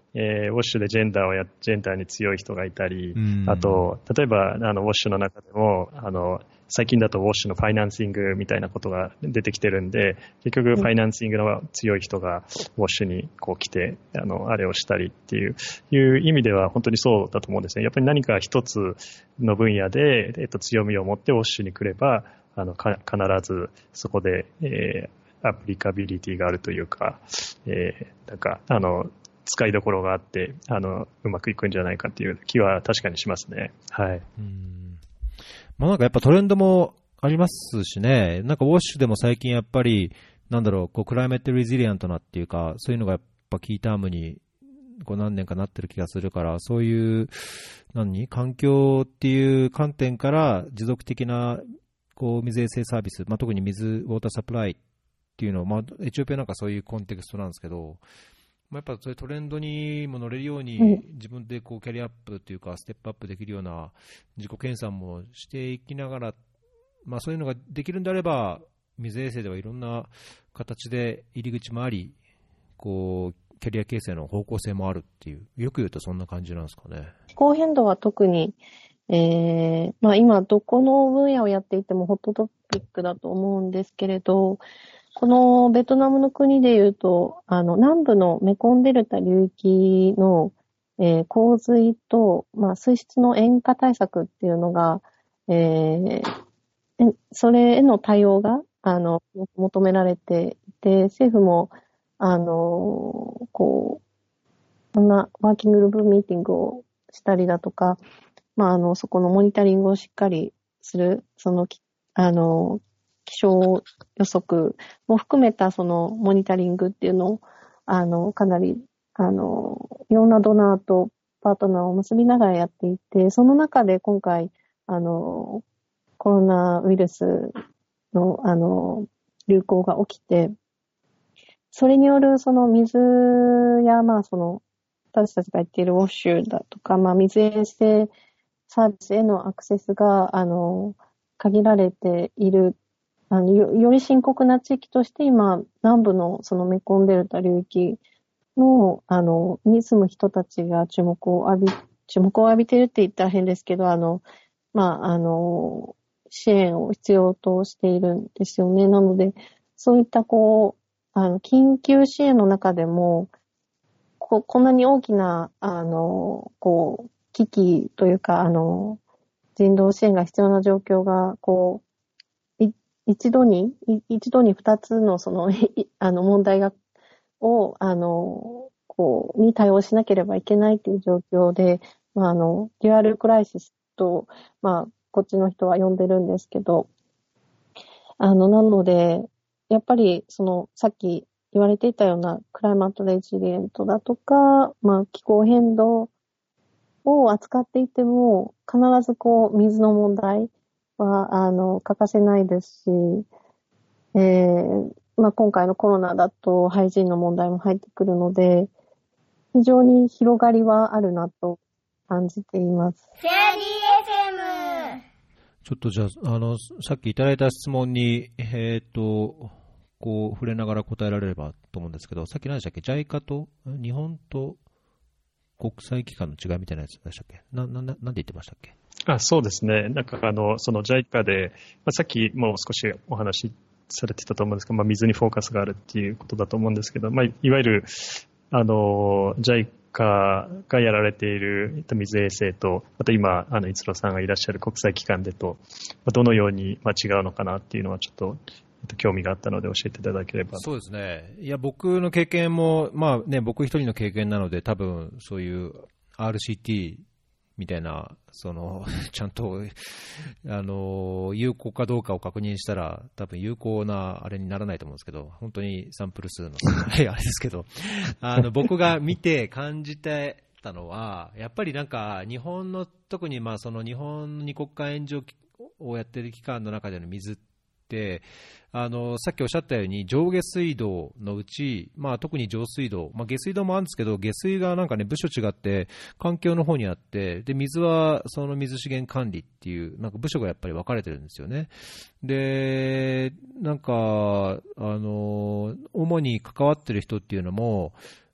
えー、ウォッシュでジェンダーをや、ジェンダーに強い人がいたり、 うん、 あと、例えば、あの、ウォッシュの中でも、あの、最近だとウォッシュのファイナンシングみたいなことが出てきてるんで、結局ファイナンシングの強い人がウォッシュにこう来て、あの、あれをしたりっていう、いう意味では本当にそうだと思うんですね。やっぱり何か一つの分野で、えっと、強みを持ってウォッシュに来れば、あの、か、必ずそこで、えー、アプリカビリティがあるというか、えー、なんか、あの、使いどころがあって、あの、うまくいくんじゃないかっていう気は確かにしますね。はい。 うん、まあなんかやっぱトレンドもありますしね、なんかウォッシュでも最近やっぱり、なんだろう、こうクライメットレジリエントなっていうか、そういうのがやっぱキータームにこう何年かなってる気がするから、そういう、何、環境っていう観点から持続的なこう水衛生サービス、まあ、特に水、ウォーターサプライっていうのを、まあ、エチオピアなんかそういうコンテクストなんですけど、まあ、やっぱそういうトレンドにも乗れるように、自分でこうキャリアアップというか、ステップアップできるような自己研鑽もしていきながら、まあ、そういうのができるんであれば、水衛生ではいろんな形で入り口もあり、こうキャリア形成の方向性もあるっていう、よく言うとそんな感じなんですかね。 気候変動は特に、えーまあ、今どこの分野をやっていてもホットトピックだと思うんですけれど、このベトナムの国でいうと、あの南部のメコンデルタ流域の、えー、洪水と、まあ、水質の塩化対策っていうのが、えー、それへの対応があの求められていて、政府もあのこうそんなワーキンググループミーティングをしたりだとか、まあ、あのそこのモニタリングをしっかりする、そのあの気象予測も含めたそのモニタリングっていうのをあのかなりあのいろんなドナーとパートナーを結びながらやっていて、その中で今回あのコロナウイルスのあの流行が起きて、それによるその水やまあその私たちが言っているウォッシュだとか、まあ、水衛生サービスへのアクセスがあの限られている、あの よ, より深刻な地域として今南部のそのメコンデルタ流域のあのに住む人たちが注目を浴び注目を浴びているって言ったら変ですけど、あのまああの支援を必要としているんですよね。なのでそういったこうあの緊急支援の中でもこ, こんなに大きなあのこう危機というかあの人道支援が必要な状況がこう一度に一度に二つのそのあの問題がをあのこうに対応しなければいけないという状況で、まああのデュアルクライシスとまあこっちの人は呼んでるんですけど、あのなのでやっぱりそのさっき言われていたようなクライマットレジリエントだとか、まあ気候変動を扱っていても必ずこう水の問題はあの欠かせないですし、えー、まあ今回のコロナだとハイジーンの問題も入ってくるので、非常に広がりはあるなと感じています。 フェアリー エフエム。 ちょっとじゃあ、あのさっきいただいた質問にえっとこう触れながら答えられればと思うんですけど、さっき何でしたっけ、ジャイカ と日本と国際機関の違いみたいなやつでしたっけ、な、な、なんで言ってましたっけ。 あ、そうですね。なんかあの、その ジャイカ で、まあ、さっきもう少しお話しされてたと思うんですけど、まあ、水にフォーカスがあるっていうことだと思うんですけど、まあ、いわゆる、あの、ジャイカ がやられている水衛生と、また今、あの、逸郎さんがいらっしゃる国際機関でと、どのように違うのかなっていうのはちょっと、興味があったので教えていただければ。 そうですね。いや、僕の経験も、まあね、僕一人の経験なので、多分そういう アールシーティー みたいな、その、ちゃんと、あの、有効かどうかを確認したら、多分有効なあれにならないと思うんですけど、本当にサンプル数の、あれですけど、あの、僕が見て感じてたのは、やっぱりなんか、日本の、特にまあ、その日本の二国間援助をやってる機関の中での水って、であのさっきおっしゃったように上下水道のうち、まあ、特に上水道、まあ、下水道もあるんですけど、下水がなんかね部署違って環境の方にあって、で水はその水資源管理っていうなんか部署がやっぱり分かれてるんですよね。でなんかあの主に関わってる人っていうのも、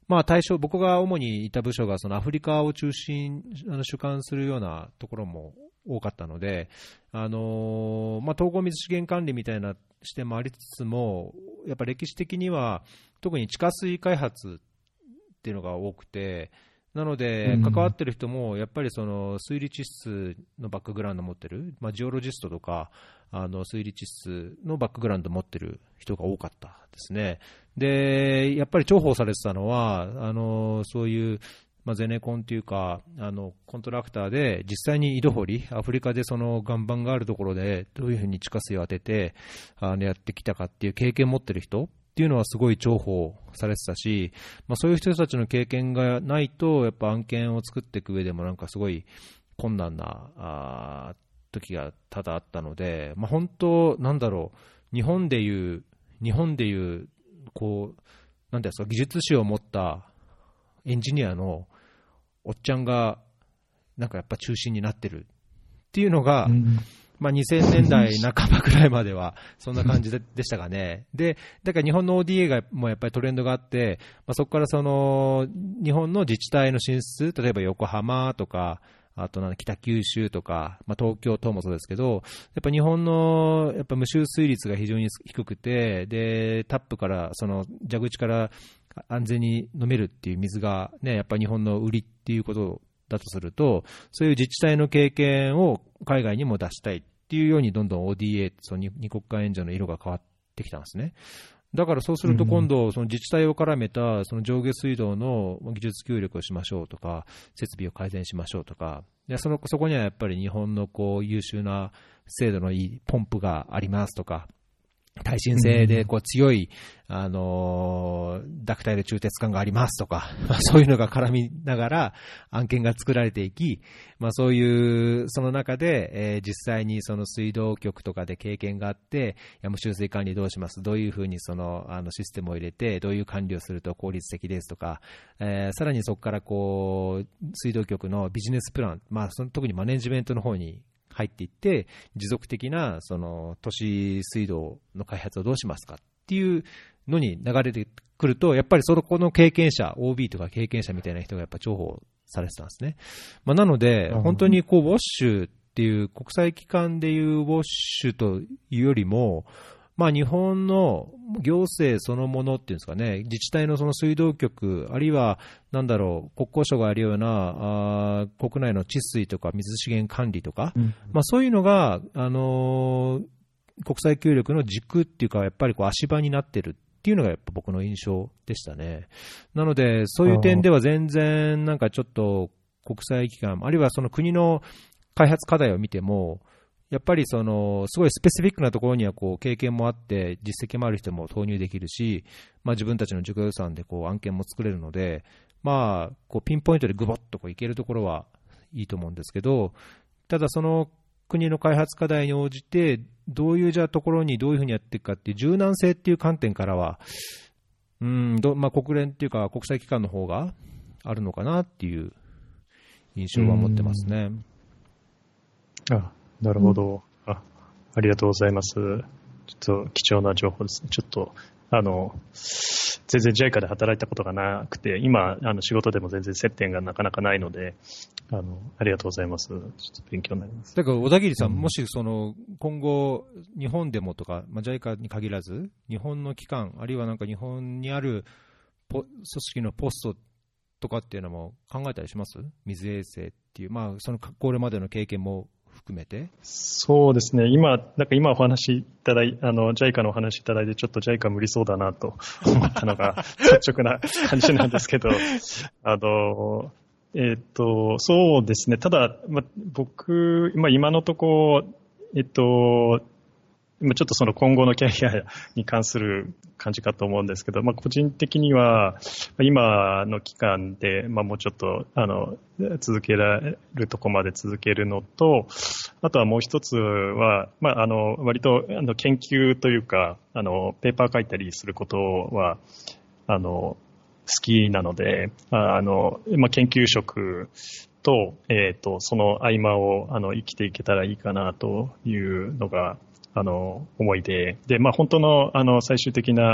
まあ、対象、僕が主にいた部署がそのアフリカを中心、あの主管するようなところも多かったので、あのまあ、統合水資源管理みたいな視点もありつつも、やっぱ歴史的には特に地下水開発っていうのが多くて、なので関わってる人もやっぱりその水利地質のバックグラウンドを持ってる、まあ、ジオロジストとかあの水利地質のバックグラウンドを持ってる人が多かったですね。でやっぱり重宝されてたのはあのそういうまあ、ゼネコンというかあのコントラクターで実際に井戸掘り、アフリカでその岩盤があるところでどういうふうに地下水を当ててあのやってきたかっていう経験を持ってる人っていうのはすごい重宝されてたし、まあ、そういう人たちの経験がないとやっぱ案件を作っていく上でもなんかすごい困難なあ時が多々あったので、まあ、本当なんだろう、日本でいう日本でいうこうなんていうんですか、技術史を持ったエンジニアのおっちゃんがなんかやっぱ中心になってるっていうのが、うんまあ、にせんねんだいなかばぐらいまではそんな感じ で, でしたがね。でだから日本の オーディーエー がもうやっぱりトレンドがあって、まあ、そこからその日本の自治体の進出、例えば横浜とかあとなん北九州とか、まあ、東京等もそうですけど、やっぱ日本のやっぱ無臭水率が非常に低くて、でタップからその蛇口から安全に飲めるっていう水が、ね、やっぱり日本の売りっていうことだとすると、そういう自治体の経験を海外にも出したいっていうようにどんどん オーディーエー、その二国間援助の色が変わってきたんですね。だからそうすると今度その自治体を絡めたその上下水道の技術協力をしましょうとか、設備を改善しましょうとか、で そのそこにはやっぱり日本のこう優秀な精度のいいポンプがありますとか、耐震性でこう強い、あのー、ダクタイル中鉄管がありますとか、まあ、そういうのが絡みながら案件が作られていき、まあ、そういうその中で、えー、実際にその水道局とかで経験があって、いや無臭水管理どうします、どういうふうにそのあのシステムを入れてどういう管理をすると効率的ですとか、えー、さらにそこからこう水道局のビジネスプラン、まあ、その特にマネジメントの方に入っていって持続的なその都市水道の開発をどうしますかっていうのに流れてくると、やっぱりそこの経験者 オービー とか経験者みたいな人がやっぱ重宝されてたんですね。まあ、なので本当にこうウォッシュっていう国際機関でいうウォッシュというよりも、まあ、日本の行政そのものっていうんですかね、自治体のその水道局、あるいはなんだろう、国交省があるようなあ国内の治水とか水資源管理とか、うんまあ、そういうのが、あのー、国際協力の軸っていうか、やっぱりこう足場になってるっていうのがやっぱ僕の印象でしたね。なのでそういう点では全然なんかちょっと国際機関、あるいはその国の開発課題を見ても、やっぱりそのすごいスペシフィックなところにはこう経験もあって実績もある人も投入できるし、まあ、自分たちの自己予算でこう案件も作れるので、まあ、こうピンポイントでグボッとこういけるところはいいと思うんですけど、ただその国の開発課題に応じてどういうじゃあところにどういうふうにやっていくかっていう柔軟性っていう観点からはうんど、まあ、国連っていうか国際機関の方があるのかなっていう印象は持ってますね。 あなるほど、うん、あ。ありがとうございます。ちょっと貴重な情報ですね。ちょっと、あの、全然 ジャイカ で働いたことがなくて、今、あの仕事でも全然接点がなかなかないので、あの、ありがとうございます。ちょっと勉強になります。 だから、小田切さん、うん、もしその、今後、日本でもとか、まあ、ジャイカ に限らず、日本の機関、あるいはなんか日本にあるポ組織のポストとかっていうのも考えたりします？水衛生っていう、まあ、そのこれまでの経験も含めて。 そうですね。今、なんか今お話いただい、あの、ジャイカ のお話いただいて、ちょっと ジャイカ 無理そうだなと思ったのが率直な感じなんですけど、あの、えっと、そうですね。ただ、ま、僕、ま、今のとこ、えっと、ちょっとその今後のキャリアに関する感じかと思うんですけど、まあ、個人的には今の期間で、まあ、もうちょっとあの続けられるとこまで続けるのと、あとはもう一つは、まあ、あの割とあの研究というかあのペーパー書いたりすることはあの好きなので、あの、まあ、研究職と、えっと、その合間をあの生きていけたらいいかなというのがあの思いで、で、まあ、本当のあの最終的な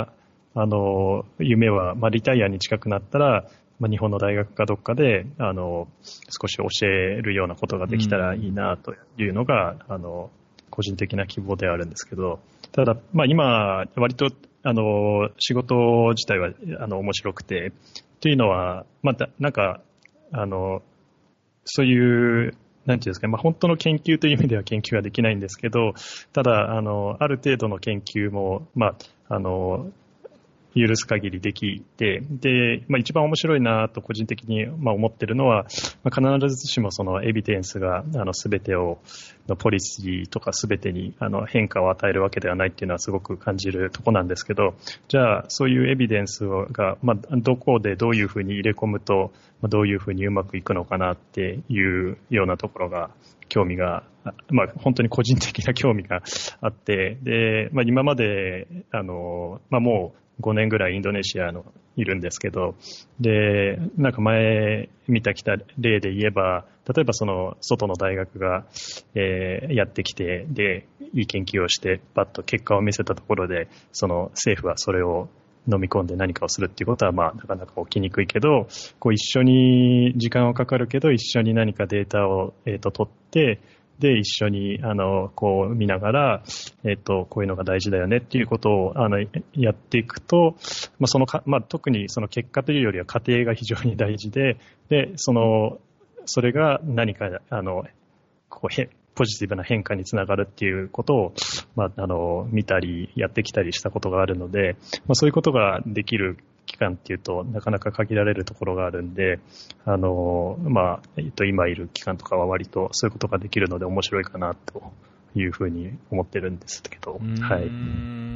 あの、夢は、まあ、リタイアに近くなったら、まあ、日本の大学かどっかで、あの、少し教えるようなことができたらいいなというのが、あの、個人的な希望ではあるんですけど、ただ、まあ、今、割と、あの、仕事自体は、あの、面白くて、というのは、また、なんか、あの、そういう、なんていうんですかね、まあ、本当の研究という意味では研究はできないんですけど、ただ、あの、ある程度の研究も、まあ、あの、許す限りできて、で、まあ、一番面白いなと個人的にまあ思ってるのは、まあ、必ずしもそのエビデンスがあの全てをのポリシーとか全てにあの変化を与えるわけではないっていうのはすごく感じるとこなんですけど、じゃあそういうエビデンスがまあどこでどういうふうに入れ込むとどういうふうにうまくいくのかなっていうようなところが興味が、まあ、本当に個人的な興味があって、で、まあ、今まであの、まあ、もうごねんぐらいインドネシアのいるんですけど、で、なんか前見たきた例で言えば、例えばその外の大学が、えー、やってきて、で、いい研究をして、パッと結果を見せたところで、その政府はそれを飲み込んで何かをするっていうことは、まあ、なかなか起きにくいけど、こう一緒に時間はかかるけど、一緒に何かデータを、えーと、取って、で、一緒に、あの、こう見ながら、えっと、こういうのが大事だよねっていうことを、あの、やっていくと、まあ、そのか、まあ、特にその結果というよりは過程が非常に大事で、で、その、それが何か、あの、こう、へ、ポジティブな変化につながるっていうことを、まあ、あの、見たり、やってきたりしたことがあるので、まあ、そういうことができる期間っていうとなかなか限られるところがあるんで、あの、まあ、えっと、今いる期間とかは割とそういうことができるので面白いかなというふうに思ってるんですけど、はい。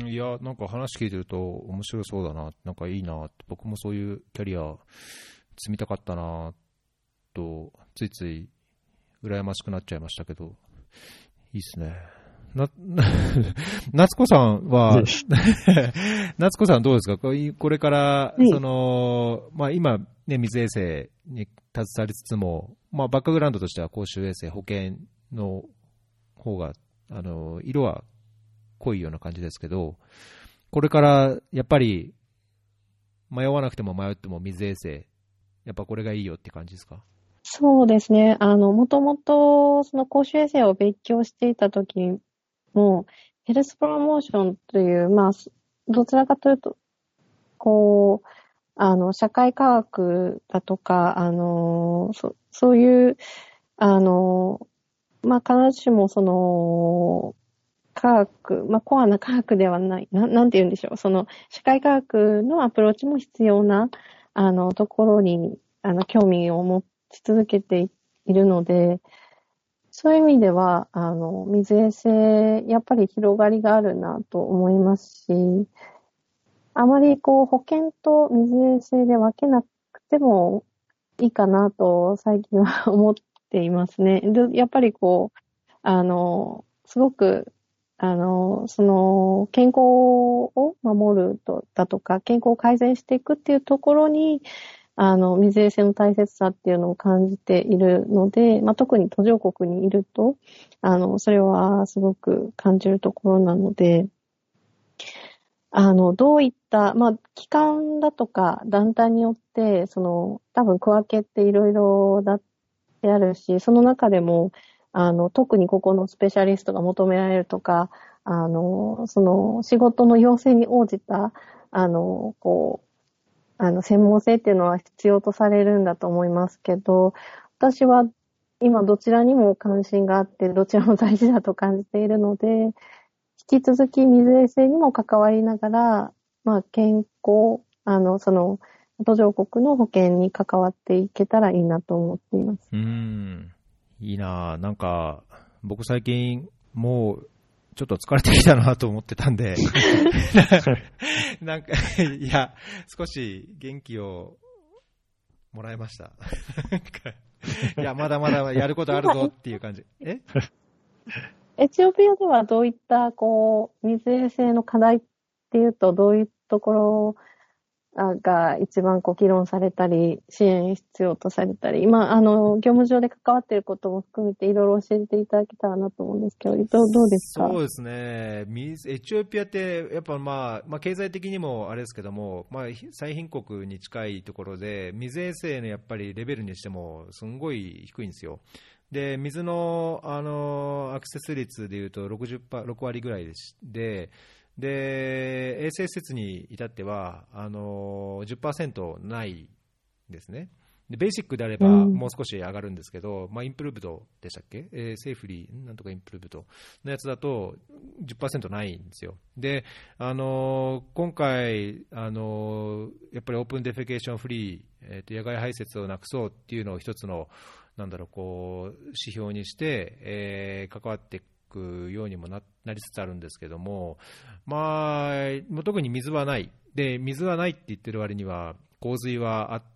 いや、なんか話聞いてると面白そうだな、なんかいいな、僕もそういうキャリア積みたかったなと、ついつい羨ましくなっちゃいましたけど、いいっすね。な、夏子さんは、夏子さんどうですか？これから、その、まあ今、ね、水衛生に携わりつつも、まあバックグラウンドとしては公衆衛生、保健の方が、あの、色は濃いような感じですけど、これからやっぱり迷わなくても迷っても水衛生、やっぱこれがいいよって感じですか？ そうですね。あの、もともと、その公衆衛生を勉強していたときも、ヘルスプロモーションという、まあ、どちらかというと、こう、あの、社会科学だとか、あの、そ、そういう、あの、まあ、必ずしもその、科学、まあ、コアな科学ではない、な、なんて言うんでしょう。その、社会科学のアプローチも必要な、あの、ところに、あの、興味を持ち続けているので、そういう意味では、あの、水衛生、やっぱり広がりがあるなと思いますし、あまりこう、保健と水衛生で分けなくてもいいかなと最近は思っていますね。で、やっぱりこう、あの、すごく、あの、その、健康を守ると、だとか、健康を改善していくっていうところに、あの、水衛生の大切さっていうのを感じているので、まあ、特に途上国にいると、あの、それはすごく感じるところなので、あの、どういった、まあ、機関だとか団体によって、その、多分区分けっていろいろだってあるし、その中でも、あの、特にここのスペシャリストが求められるとか、あの、その、仕事の要請に応じた、あの、こう、あの、専門性っていうのは必要とされるんだと思いますけど、私は今どちらにも関心があって、どちらも大事だと感じているので、引き続き水衛生にも関わりながら、まあ、健康、あの、その、途上国の保健に関わっていけたらいいなと思っています。 うーん、いいなぁ。なんか、僕最近、もう、ちょっと疲れてきたなと思ってたんで、なんか、いや、少し元気をもらいました。いや、まだまだやることあるぞっていう感じ。えエチオピアではどういった、こう、水衛生の課題っていうと、どういうところが一番こう議論されたり、支援必要とされたり、今、あの、業務上で関わっていることも含めていろいろ教えていただけたらなと思うんですけど、どう、どうですか？ そうですね。エチオピアって、やっぱまあ、まあ、経済的にもあれですけども、まあ、最貧国に近いところで、水衛生のやっぱりレベルにしても、すんごい低いんですよ。で、水の、あの、アクセス率でいうとろくじゅっパーセント、ろく割ぐらいでし、で、で、衛生施設に至っては、あの、じゅっパーセントないですね。でベーシックであればもう少し上がるんですけど、うんまあ、インプルーブドでしたっけ、えー、セーフリー、なんとかインプルーブドのやつだと じゅっパーセント ないんですよ。で、あのー、今回、あのー、やっぱりオープンデフェケーションフリー、えー、と野外排泄をなくそうっていうのを一つのなんだろう、こう指標にして、えー、関わっていくようにも な, なりつつあるんですけども、まあ、特に水はないで、水はないって言ってる割には洪水はあって、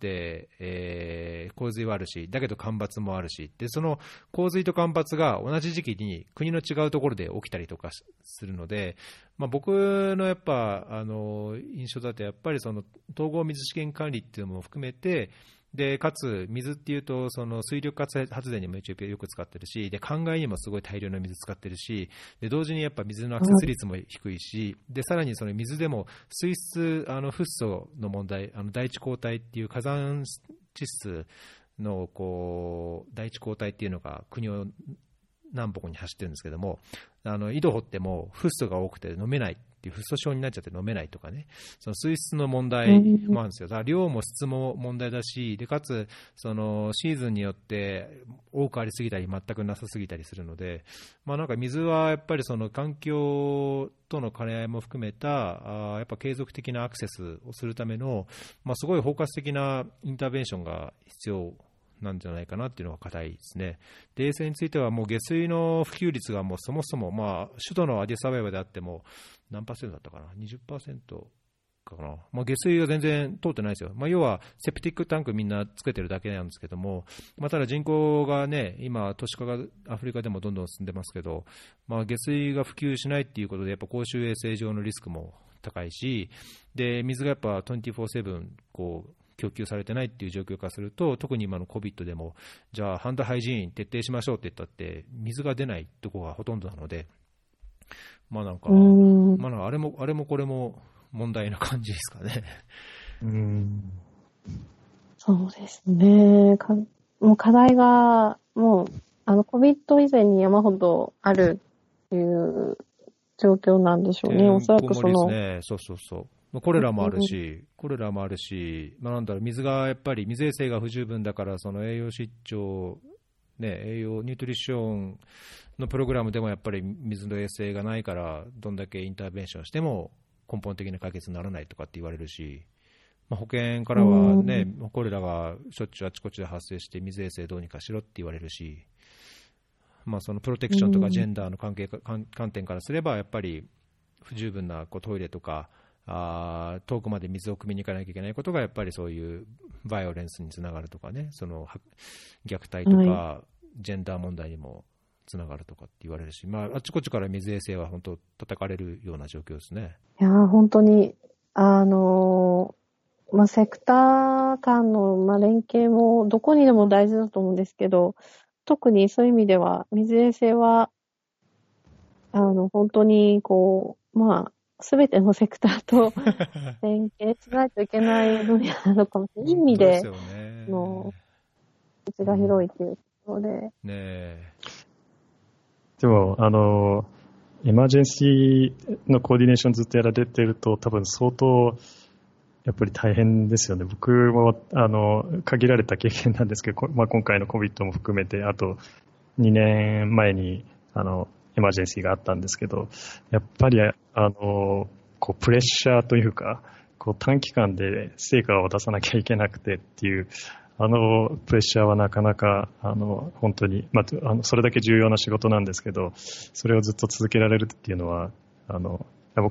えー、洪水はあるし、だけど干ばつもあるし、でその洪水と干ばつが同じ時期に国の違うところで起きたりとかするので、まあ、僕のやっぱあの印象だと、やっぱりその統合水資源管理っていうのも含めて、でかつ水っていうとその水力発電にもエチオピアよく使ってるし、で灌漑にもすごい大量の水使ってるし、で同時にやっぱ水のアクセス率も低いし、でさらにその水でも水質、あのフッ素の問題、あの第一抗体っていう火山地質のこう第一抗体っていうのが国を南北に走ってるんですけども、あの井戸掘ってもフッ素が多くて飲めないっていう、フッ素症になっちゃって飲めないとかね、その水質の問題もあるんですよ。だから量も質も問題だし、でかつそのシーズンによって多くありすぎたり全くなさすぎたりするので、まあ、なんか水はやっぱりその環境との兼ね合いも含めたあやっぱ継続的なアクセスをするための、まあ、すごい包括的なインターベンションが必要なんじゃないかなっていうのが課題ですね。で、衛生についてはもう下水の普及率がもうそもそも、まあ、首都のアディサアベバであっても何パーセントだったかな、にじゅっパーセントかな、まあ、下水が全然通ってないですよ。まあ、要はセプティックタンクみんなつけてるだけなんですけども、まあ、ただ人口がね、今都市化がアフリカでもどんどん進んでますけど、まあ、下水が普及しないっていうことでやっぱ公衆衛生上のリスクも高いし、で水がやっぱにじゅうよじかんセブンこう供給されてないっていう状況化すると、特に今の コビッド でもじゃあハンドハイジーン徹底しましょうって言ったって水が出ないところがほとんどなので、まあなんか、まあ、あれもあれもこれも問題な感じですかね。 うーん、 そうですね。かもう課題がもうあの コビッド 以前に山ほどあるっていう状況なんでしょうね。おそらくその、 ね、そうそうそう。コレラもあるし、コレラもあるし、まあ、なんだろう、水がやっぱり水衛生が不十分だから、その栄養失調、ね、栄養ニュートリションのプログラムでもやっぱり水の衛生がないから、どんだけインターベンションしても根本的な解決にならないとかって言われるし、まあ、保健からはね、コレラがしょっちゅうあちこちで発生して水衛生どうにかしろって言われるし、まあ、そのプロテクションとかジェンダーの関係か観点からすれば、やっぱり不十分なこうトイレとか、あ遠くまで水を汲みに行かなきゃいけないことがやっぱりそういうバイオレンスにつながるとかね、その虐待とか、はい、ジェンダー問題にもつながるとかって言われるし、まあ、あちこちから水衛生は本当叩かれるような状況ですね。 いや本当にあの、まあ、セクター間の、まあ、連携もどこにでも大事だと思うんですけど、特にそういう意味では水衛生はあの本当にこうまあすべてのセクターと連携しないといけない分野なのかもしれない。いい意味での道が広いっていうところで。ねえ。 でも、あの、エマージェンシーのコーディネーションずっとやられてると、多分相当、やっぱり大変ですよね。僕も、あの、限られた経験なんですけど、まあ、今回の コビッド も含めて、あとにねんまえに、あの、エマージェンシーがあったんですけど、やっぱりあのこうプレッシャーというか、こう短期間で成果を出さなきゃいけなくてっていうあのプレッシャーはなかなかあの本当に、まあ、あのそれだけ重要な仕事なんですけど、それをずっと続けられるっていうのはあの僕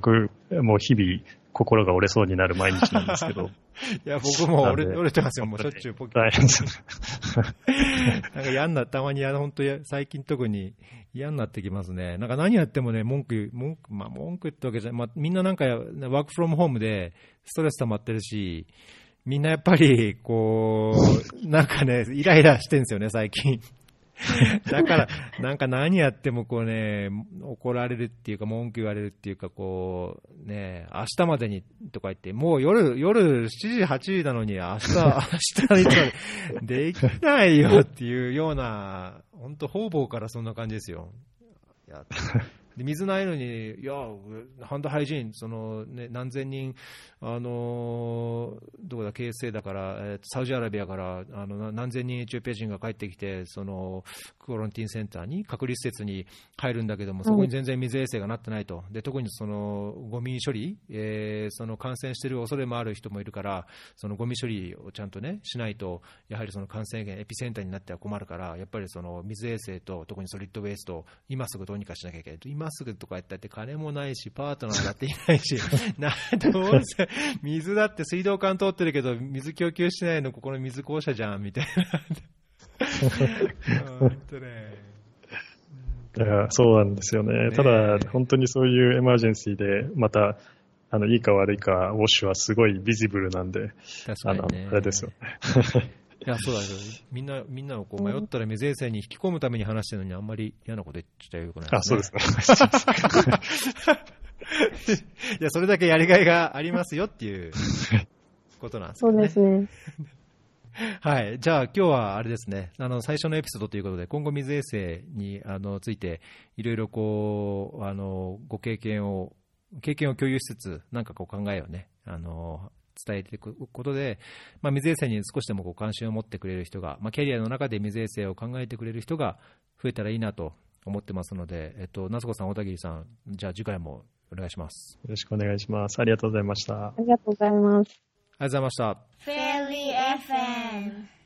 もう日々心が折れそうになる毎日なんですけど。 いや、僕も折れ折れてますよ。もうしょっちゅうポキ大変です。 なんか嫌にな、たまに本当や最近特に嫌になってきますね。なんか何やってもね、文句、文句、まあ文句ってわけじゃない。まあみんななんかワークフロムホームでストレス溜まってるし、みんなやっぱり、こう、なんかね、イライラしてるんですよね、最近。だから、なんか何やってもこうね、怒られるっていうか、文句言われるっていうか、こう、ね、明日までにとか言って、もう夜、夜しちじ、はちじなのに、明日、明日にできないよっていうような、本当方々からそんな感じですよ。いやで水ないのに、いや、ハンドハイジーン、そのね、何千人、あのどこだ、ケーエスエーだから、えー、サウジアラビアからあの何千人エチオピア人が帰ってきて、そのクオランティンセンターに、隔離施設に入るんだけども、そこに全然水衛生がなってないと、で特にそのゴミ処理、えー、その感染している恐れもある人もいるから、そのゴミ処理をちゃんと、ね、しないと、やはりその感染源、エピセンターになっては困るから、やっぱりその水衛生と、特にソリッドウェイストを今すぐどうにかしなきゃいけないと。今すぐとか言ったって金もないし、パートナーだっていないし、などうせ水だって水道管通ってるけど水供給してないのここの水公社じゃんみたいな。本当ね。 いやそうなんですよね。ただ本当にそういうエマージェンシーでまたあのいいか悪いかウォッシュはすごいビジブルなんで、 確かにね、 あのあれですよね。 いやそうだけど、みんな、みんなをこう迷ったら水衛生に引き込むために話してるのに、あんまり嫌なこと言っちゃよくないですね。 あ、そうですね。いや、それだけやりがいがありますよっていうことなんですね。 そうですね。 はい。じゃあ今日はあれですね、あの最初のエピソードということで、今後水衛生にあのついていろいろこう、あの、ご経験を、経験を共有しつつ、なんかこう考えをね、あの、伝えていくことで、まあ、水衛生に少しでもこう関心を持ってくれる人が、まあ、キャリアの中で水衛生を考えてくれる人が増えたらいいなと思ってますので、えっと、夏子さん、小田切さん、じゃあ次回もお願いします。 よろしくお願いします。ありがとうございました。 ありがとうございます。 ありがとうございました。 フェリー エフエム